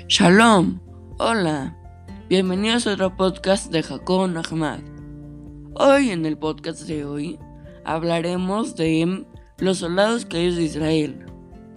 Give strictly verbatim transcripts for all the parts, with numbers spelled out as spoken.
Shalom, hola, bienvenidos a otro podcast de Jacob Ahmad. Hoy en el podcast de hoy hablaremos de los soldados caídos de Israel.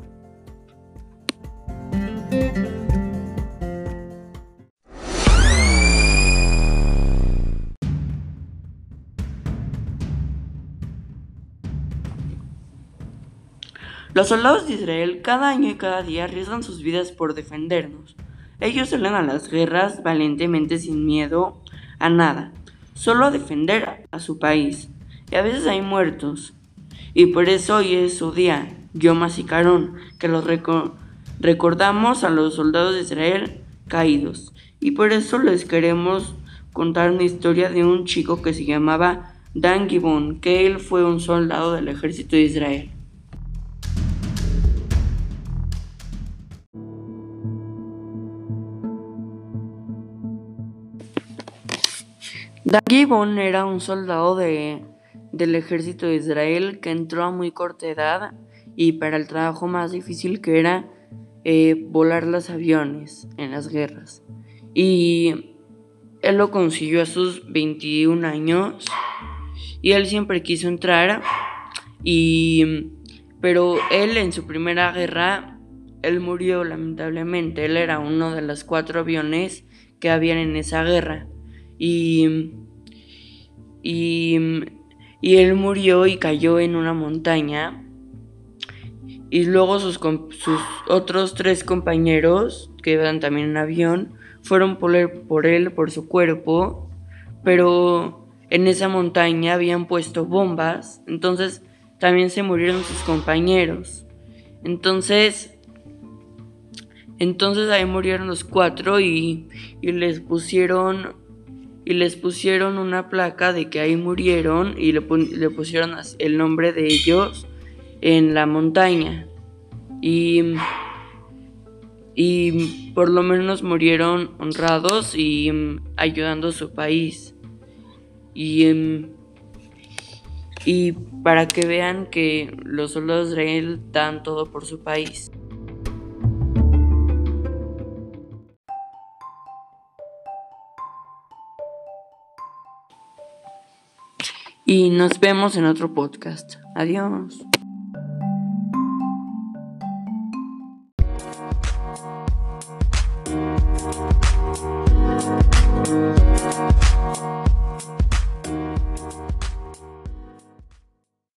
Los soldados de Israel cada año y cada día arriesgan sus vidas por defendernos. Ellos salen a las guerras valientemente sin miedo a nada, solo a defender a su país. Y a veces hay muertos. Y por eso hoy es su día, Yom HaZikaron, que los reco- recordamos a los soldados de Israel caídos. Y por eso les queremos contar una historia de un chico que se llamaba Dan Gibbon, que él fue un soldado del ejército de Israel. Dan Gibbon era un soldado de, del ejército de Israel que entró a muy corta edad y para el trabajo más difícil que era eh, volar los aviones en las guerras. Y él lo consiguió a sus veintiún años y él siempre quiso entrar, y, pero él en su primera guerra, él murió lamentablemente. Él era uno de los cuatro aviones que habían en esa guerra. Y, y, y él murió y cayó en una montaña. Y luego sus, sus otros tres compañeros, que iban también en avión, fueron por él, por él, por su cuerpo. Pero en esa montaña habían puesto bombas. Entonces también se murieron sus compañeros. Entonces... Entonces ahí murieron los cuatro y, y les pusieron y les pusieron una placa de que ahí murieron y le, le pusieron el nombre de ellos en la montaña. Y, y por lo menos murieron honrados y um, ayudando a su país. Y, um, y para que vean que los soldados de Israel dan todo por su país. Y nos vemos en otro podcast. Adiós.